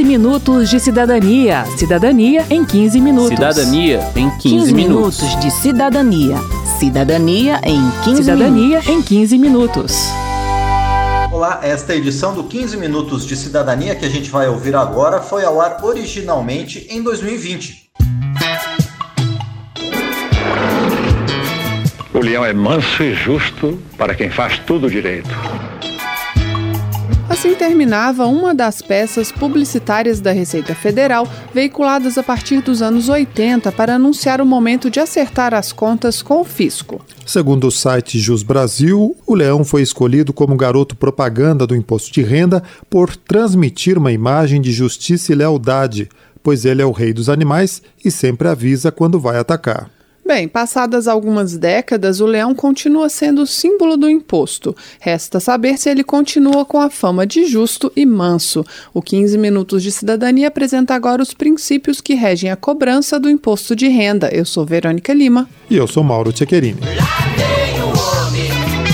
minutos de cidadania. Cidadania em 15 minutos. Cidadania em 15 minutos. De cidadania. Cidadania em 15 Cidadania minutos. em 15 minutos. Olá, esta edição do 15 Minutos de Cidadania que a gente vai ouvir agora foi ao ar originalmente em 2020. O leão é manso e justo para quem faz tudo direito. Assim terminava uma das peças publicitárias da Receita Federal, veiculadas a partir dos anos 80 para anunciar o momento de acertar as contas com o fisco. Segundo o site Jus Brasil, o leão foi escolhido como garoto propaganda do imposto de renda por transmitir uma imagem de justiça e lealdade, pois ele é o rei dos animais e sempre avisa quando vai atacar. Bem, passadas algumas décadas, o leão continua sendo o símbolo do imposto. Resta saber se ele continua com a fama de justo e manso. O 15 Minutos de Cidadania apresenta agora os princípios que regem a cobrança do imposto de renda. Eu sou Verônica Lima. E eu sou Mauro Tchequerini. Lá vem o homem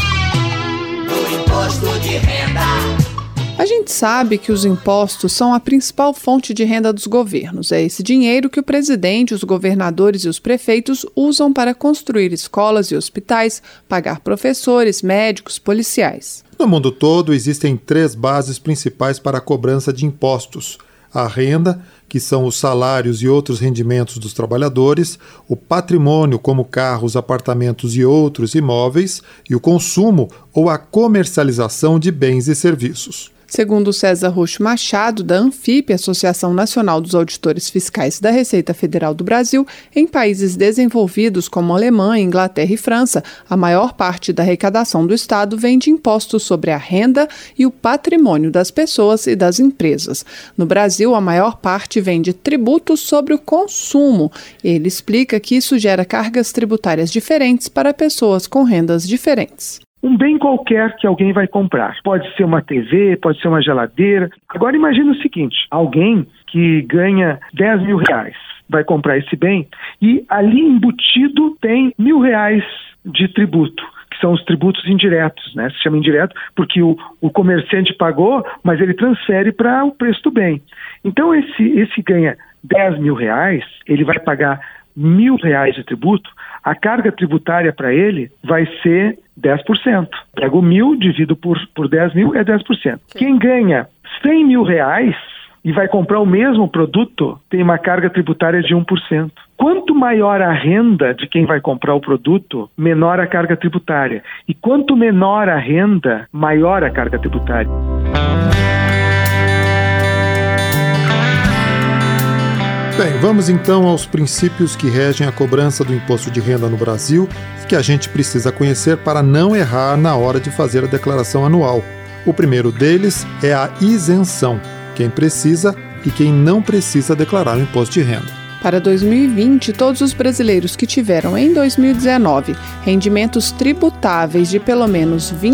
do imposto de renda. A gente sabe que os impostos são a principal fonte de renda dos governos. É esse dinheiro que o presidente, os governadores e os prefeitos usam para construir escolas e hospitais, pagar professores, médicos, policiais. No mundo todo, existem 3 bases principais para a cobrança de impostos: a renda, que são os salários e outros rendimentos dos trabalhadores, o patrimônio, como carros, apartamentos e outros imóveis, e o consumo ou a comercialização de bens e serviços. Segundo César Roxo Machado, da ANFIP, Associação Nacional dos Auditores Fiscais da Receita Federal do Brasil, em países desenvolvidos como Alemanha, Inglaterra e França, a maior parte da arrecadação do Estado vem de impostos sobre a renda e o patrimônio das pessoas e das empresas. No Brasil, a maior parte vem de tributos sobre o consumo. Ele explica que isso gera cargas tributárias diferentes para pessoas com rendas diferentes. Um bem qualquer que alguém vai comprar. Pode ser uma TV, pode ser uma geladeira. Agora imagine o seguinte, alguém que ganha 10 mil reais vai comprar esse bem e ali embutido tem R$1.000 de tributo, que são os tributos indiretos, né? Se chama indireto porque o comerciante pagou, mas ele transfere para o preço do bem. Então esse ganha 10 mil reais, ele vai pagar R$1.000 de tributo, a carga tributária para ele vai ser 10%. Pega o 1.000, divido por 10 mil, é 10%. Sim. Quem ganha 100 mil reais e vai comprar o mesmo produto, tem uma carga tributária de 1%. Quanto maior a renda de quem vai comprar o produto, menor a carga tributária. E quanto menor a renda, maior a carga tributária. Bem, vamos então aos princípios que regem a cobrança do imposto de renda no Brasil e que a gente precisa conhecer para não errar na hora de fazer a declaração anual. O primeiro deles é a isenção, quem precisa e quem não precisa declarar o imposto de renda. Para 2020, todos os brasileiros que tiveram em 2019 rendimentos tributáveis de pelo menos R$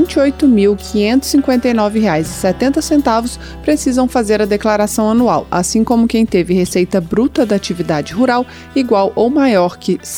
28.559,70 precisam fazer a declaração anual, assim como quem teve receita bruta da atividade rural igual ou maior que R$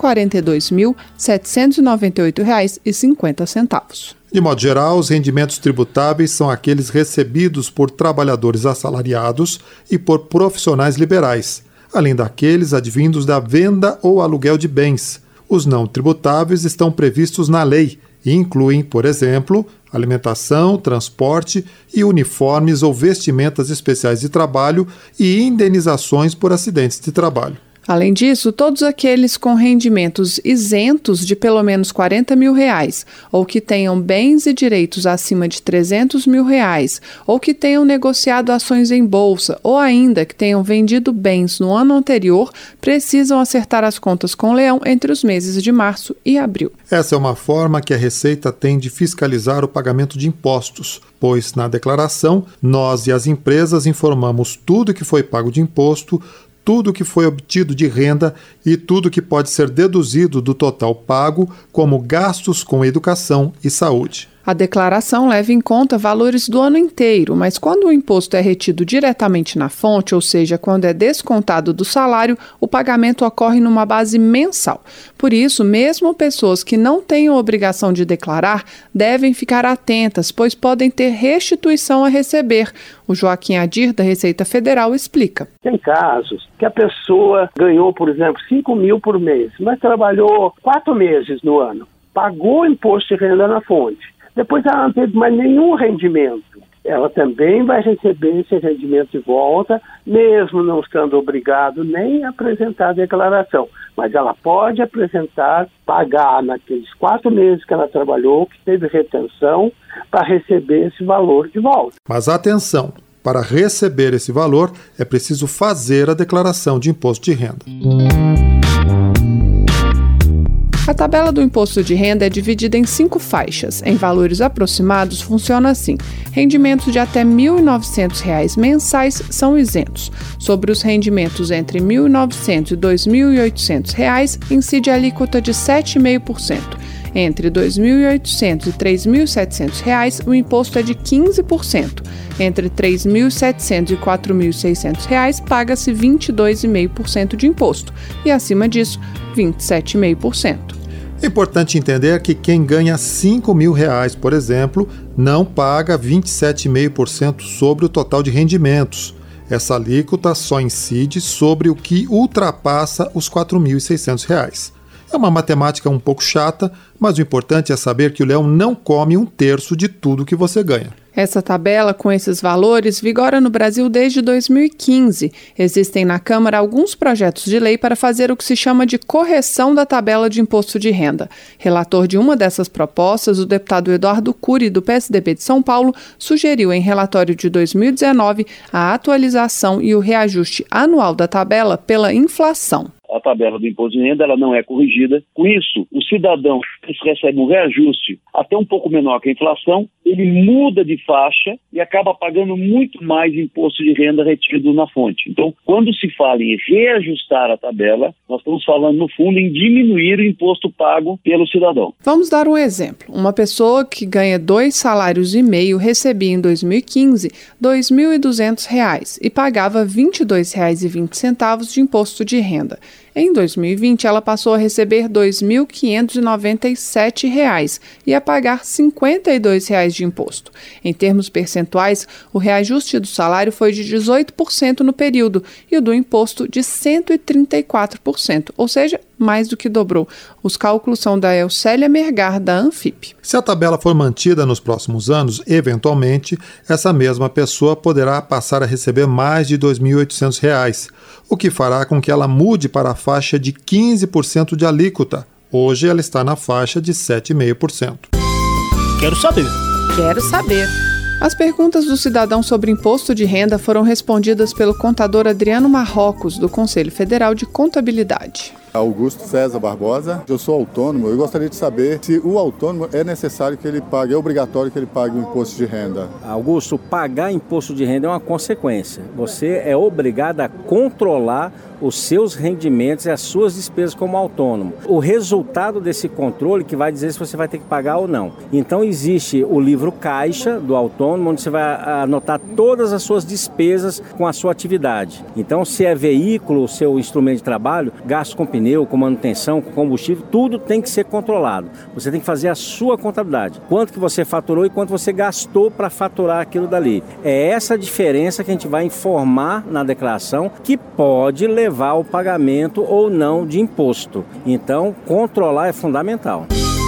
142.798,50. De modo geral, os rendimentos tributáveis são aqueles recebidos por trabalhadores assalariados e por profissionais liberais, além daqueles advindos da venda ou aluguel de bens. Os não tributáveis estão previstos na lei e incluem, por exemplo, alimentação, transporte e uniformes ou vestimentas especiais de trabalho e indenizações por acidentes de trabalho. Além disso, todos aqueles com rendimentos isentos de pelo menos R$ 40 mil, ou que tenham bens e direitos acima de R$ 300 mil, ou que tenham negociado ações em bolsa, ou ainda que tenham vendido bens no ano anterior, precisam acertar as contas com o leão entre os meses de março e abril. Essa é uma forma que a Receita tem de fiscalizar o pagamento de impostos, pois na declaração, nós e as empresas informamos tudo que foi pago de imposto, tudo que foi obtido de renda e tudo que pode ser deduzido do total pago, como gastos com educação e saúde. A declaração leva em conta valores do ano inteiro, mas quando o imposto é retido diretamente na fonte, ou seja, quando é descontado do salário, o pagamento ocorre numa base mensal. Por isso, mesmo pessoas que não tenham obrigação de declarar devem ficar atentas, pois podem ter restituição a receber. O Joaquim Adir, da Receita Federal, explica. Tem casos que a pessoa ganhou, por exemplo, 5 mil por mês, mas trabalhou 4 meses no ano, pagou imposto de renda na fonte. Depois ela não teve mais nenhum rendimento. Ela também vai receber esse rendimento de volta, mesmo não estando obrigado nem a apresentar a declaração. Mas ela pode apresentar, pagar naqueles 4 meses que ela trabalhou, que teve retenção, para receber esse valor de volta. Mas atenção, para receber esse valor é preciso fazer a declaração de imposto de renda. A tabela do imposto de renda é dividida em 5 faixas. Em valores aproximados, funciona assim. Rendimentos de até R$ 1.900 mensais são isentos. Sobre os rendimentos entre R$ 1.900 e R$ 2.800, incide a alíquota de 7,5%. Entre R$ 2.800 e R$ 3.700, o imposto é de 15%. Entre R$ 3.700 e R$ 4.600, paga-se 22,5% de imposto. E acima disso, 27,5%. É importante entender que quem ganha R$ 5.000, por exemplo, não paga 27,5% sobre o total de rendimentos. Essa alíquota só incide sobre o que ultrapassa os R$ 4.600. É uma matemática um pouco chata, mas o importante é saber que o leão não come 1/3 de tudo que você ganha. Essa tabela com esses valores vigora no Brasil desde 2015. Existem na Câmara alguns projetos de lei para fazer o que se chama de correção da tabela de imposto de renda. Relator de uma dessas propostas, o deputado Eduardo Cury, do PSDB de São Paulo, sugeriu em relatório de 2019 a atualização e o reajuste anual da tabela pela inflação. A tabela do imposto de renda ela não é corrigida. Com isso, o cidadão que recebe um reajuste até um pouco menor que a inflação, ele muda de faixa e acaba pagando muito mais imposto de renda retido na fonte. Então, quando se fala em reajustar a tabela, nós estamos falando, no fundo, em diminuir o imposto pago pelo cidadão. Vamos dar um exemplo. Uma pessoa que ganha 2,5 salários recebia em 2015 R$ 2.200 e pagava R$ 22,20 de imposto de renda. Em 2020, ela passou a receber R$ 2.597 e a pagar R$ 52 de imposto. Em termos percentuais, o reajuste do salário foi de 18% no período e o do imposto de 134%, ou seja, mais do que dobrou. Os cálculos são da Elcélia Mergar, da Anfip. Se a tabela for mantida nos próximos anos, eventualmente, essa mesma pessoa poderá passar a receber mais de R$ 2.800, o que fará com que ela mude para a faixa de 15% de alíquota. Hoje ela está na faixa de 7,5%. Quero saber. Quero saber. As perguntas do cidadão sobre imposto de renda foram respondidas pelo contador Adriano Marrocos, do Conselho Federal de Contabilidade. Augusto César Barbosa, eu sou autônomo, eu gostaria de saber se o autônomo é necessário que ele pague, é obrigatório que ele pague o imposto de renda. Augusto, pagar imposto de renda é uma consequência. Você é obrigado a controlar os seus rendimentos e as suas despesas como autônomo. O resultado desse controle que vai dizer se você vai ter que pagar ou não. Então existe o livro caixa do autônomo, onde você vai anotar todas as suas despesas com a sua atividade. Então se é veículo, o seu instrumento de trabalho, gasto com pneu, com manutenção, com combustível, tudo tem que ser controlado. Você tem que fazer a sua contabilidade. Quanto que você faturou e quanto você gastou para faturar aquilo dali. É essa a diferença que a gente vai informar na declaração, que pode levar ao pagamento ou não de imposto. Então, controlar é fundamental.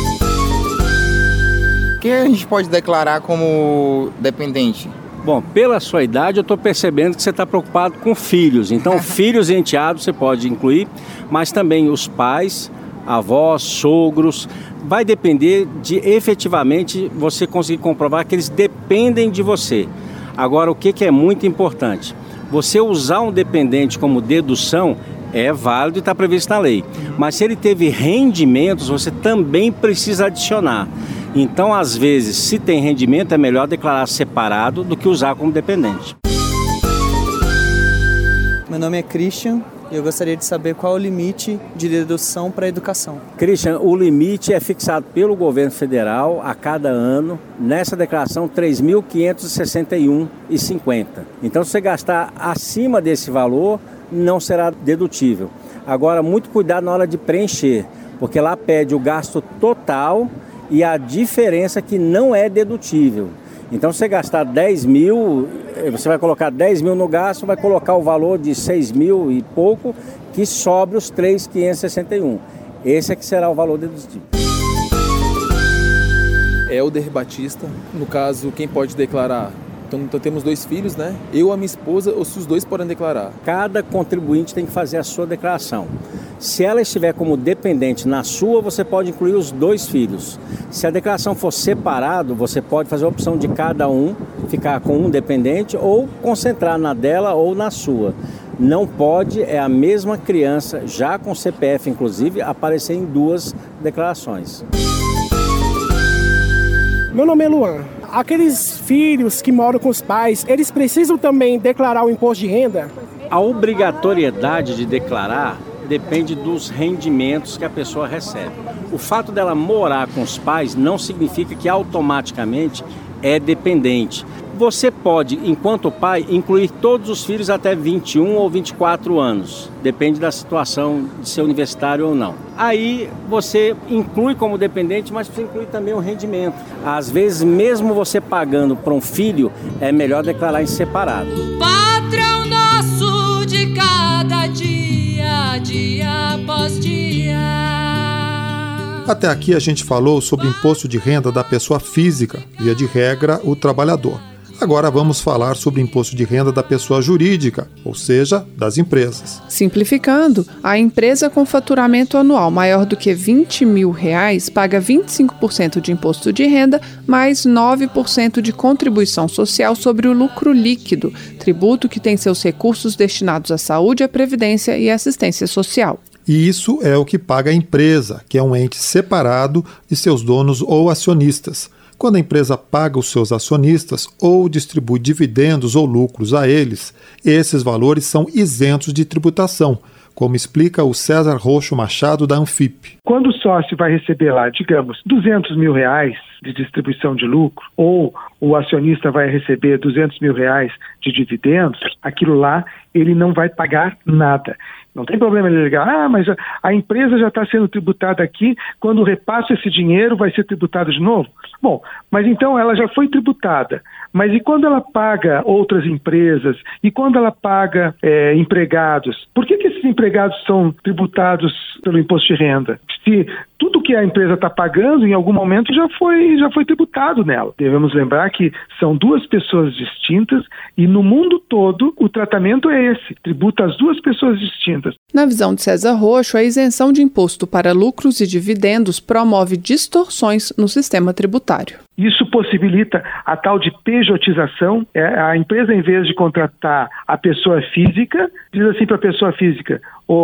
Quem a gente pode declarar como dependente? Bom, pela sua idade eu estou percebendo que você está preocupado com filhos. Então, filhos e enteados você pode incluir, mas também os pais, avós, sogros. Vai depender de efetivamente você conseguir comprovar que eles dependem de você. Agora, o que é muito importante? Você usar um dependente como dedução é válido e está previsto na lei. Mas se ele teve rendimentos, você também precisa adicionar. Então, às vezes, se tem rendimento, é melhor declarar separado do que usar como dependente. Meu nome é Christian, E eu gostaria de saber qual é o limite de dedução para a educação. Christian, o limite é fixado pelo governo federal a cada ano, nessa declaração R$ 3.561,50. Então, se você gastar acima desse valor, não será dedutível. Agora, muito cuidado na hora de preencher, porque lá pede o gasto total e a diferença que não é dedutível. Então, se você gastar 10 mil, você vai colocar 10 mil no gasto, vai colocar o valor de 6 mil e pouco, que sobre os 3.561. Esse é que será o valor dedutível. Helder Batista, no caso, quem pode declarar? Então temos 2 filhos, né? Eu, a minha esposa, ou se os 2 podem declarar? Cada contribuinte tem que fazer a sua declaração. Se ela estiver como dependente na sua, você pode incluir os 2 filhos. Se a declaração for separado, você pode fazer a opção de cada um ficar com um dependente ou concentrar na dela ou na sua. Não pode, é a mesma criança, já com CPF inclusive, aparecer em 2 declarações. Meu nome é Luan. Aqueles filhos que moram com os pais, eles precisam também declarar o imposto de renda? A obrigatoriedade de declarar depende dos rendimentos que a pessoa recebe. O fato dela morar com os pais não significa que automaticamente é dependente. Você pode, enquanto pai, incluir todos os filhos até 21 ou 24 anos. Depende da situação de ser universitário ou não. Aí você inclui como dependente, mas você inclui também o rendimento. Às vezes, mesmo você pagando para um filho, é melhor declarar em separado. Patrão nosso de cada dia, dia após dia. Até aqui a gente falou sobre imposto de renda da pessoa física, via de regra, o trabalhador. Agora vamos falar sobre imposto de renda da pessoa jurídica, ou seja, das empresas. Simplificando, a empresa com faturamento anual maior do que R$20 mil paga 25% de imposto de renda, mais 9% de contribuição social sobre o lucro líquido, tributo que tem seus recursos destinados à saúde, à previdência e assistência social. E isso é o que paga a empresa, que é um ente separado de seus donos ou acionistas. Quando a empresa paga os seus acionistas ou distribui dividendos ou lucros a eles, esses valores são isentos de tributação, como explica o César Roxo Machado, da Anfip. Quando o sócio vai receber lá, digamos, R$200 mil de distribuição de lucro, ou o acionista vai receber R$200 mil de dividendos, aquilo lá ele não vai pagar nada. Não tem problema ele ligar, mas a empresa já está sendo tributada aqui, quando repasso esse dinheiro vai ser tributado de novo? Bom, mas então ela já foi tributada, mas e quando ela paga outras empresas, e quando ela paga empregados, por que esses empregados são tributados pelo imposto de renda? Se tudo que a empresa está pagando, em algum momento já foi tributado nela. Devemos lembrar que são 2 pessoas distintas e no mundo todo o tratamento é esse, tributa as 2 pessoas distintas. Na visão de César Roxo, a isenção de imposto para lucros e dividendos promove distorções no sistema tributário. Isso possibilita a tal de pejotização. A empresa, em vez de contratar a pessoa física, diz assim para a pessoa física: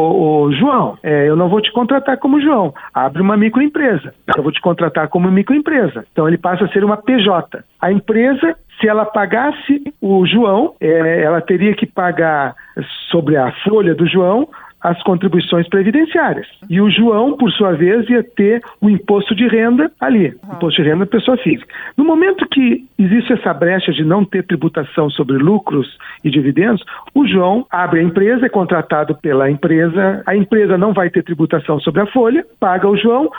ô João, eu não vou te contratar como João, abre uma microempresa, eu vou te contratar como microempresa. Então ele passa a ser uma PJ. A empresa, se ela pagasse o João, ela teria que pagar sobre a folha do João as contribuições previdenciárias. E o João, por sua vez, ia ter o imposto de renda ali, imposto de renda da pessoa física. No momento que existe essa brecha de não ter tributação sobre lucros e dividendos, o João abre a empresa, é contratado pela empresa, a empresa não vai ter tributação sobre a folha, paga o João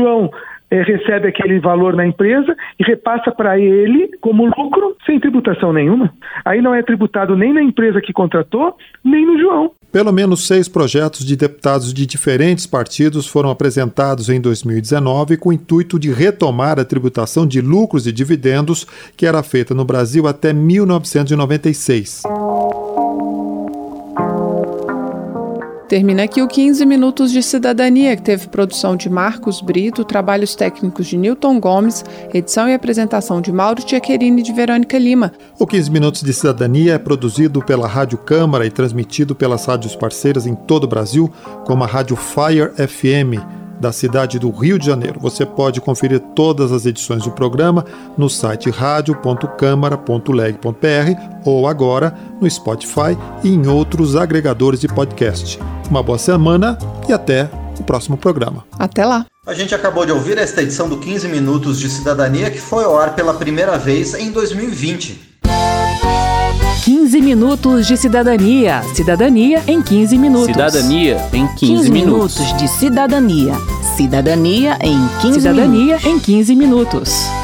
recebe aquele valor na empresa e repassa para ele como lucro sem tributação nenhuma. Aí não é tributado nem na empresa que contratou, nem no João. Pelo menos 6 projetos de deputados de diferentes partidos foram apresentados em 2019 com o intuito de retomar a tributação de lucros e dividendos que era feita no Brasil até 1996. Termina aqui o 15 Minutos de Cidadania, que teve produção de Marcos Brito, trabalhos técnicos de Newton Gomes, edição e apresentação de Mauro Tchequerini e de Verônica Lima. O 15 Minutos de Cidadania é produzido pela Rádio Câmara e transmitido pelas rádios parceiras em todo o Brasil, como a Rádio Fire FM, da cidade do Rio de Janeiro. Você pode conferir todas as edições do programa no site radio.câmara.leg.br ou agora no Spotify e em outros agregadores de podcast. Uma boa semana e até o próximo programa. Até lá. A gente acabou de ouvir esta edição do 15 Minutos de Cidadania, que foi ao ar pela primeira vez em 2020. 15 minutos de cidadania. Cidadania em 15 minutos. Cidadania em 15 minutos. De cidadania. Cidadania em 15 Cidadania em 15 minutos.